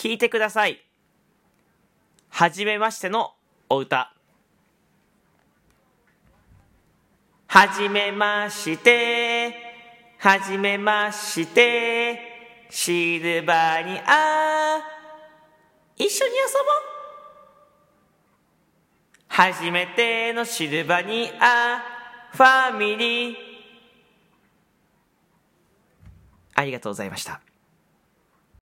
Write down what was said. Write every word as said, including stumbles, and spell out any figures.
聴いてください。はじめましてのお歌。はじめまして、はじめまして、シルバニア、一緒に遊ぼう。初めてのシルバニア、ファミリー。ありがとうございました。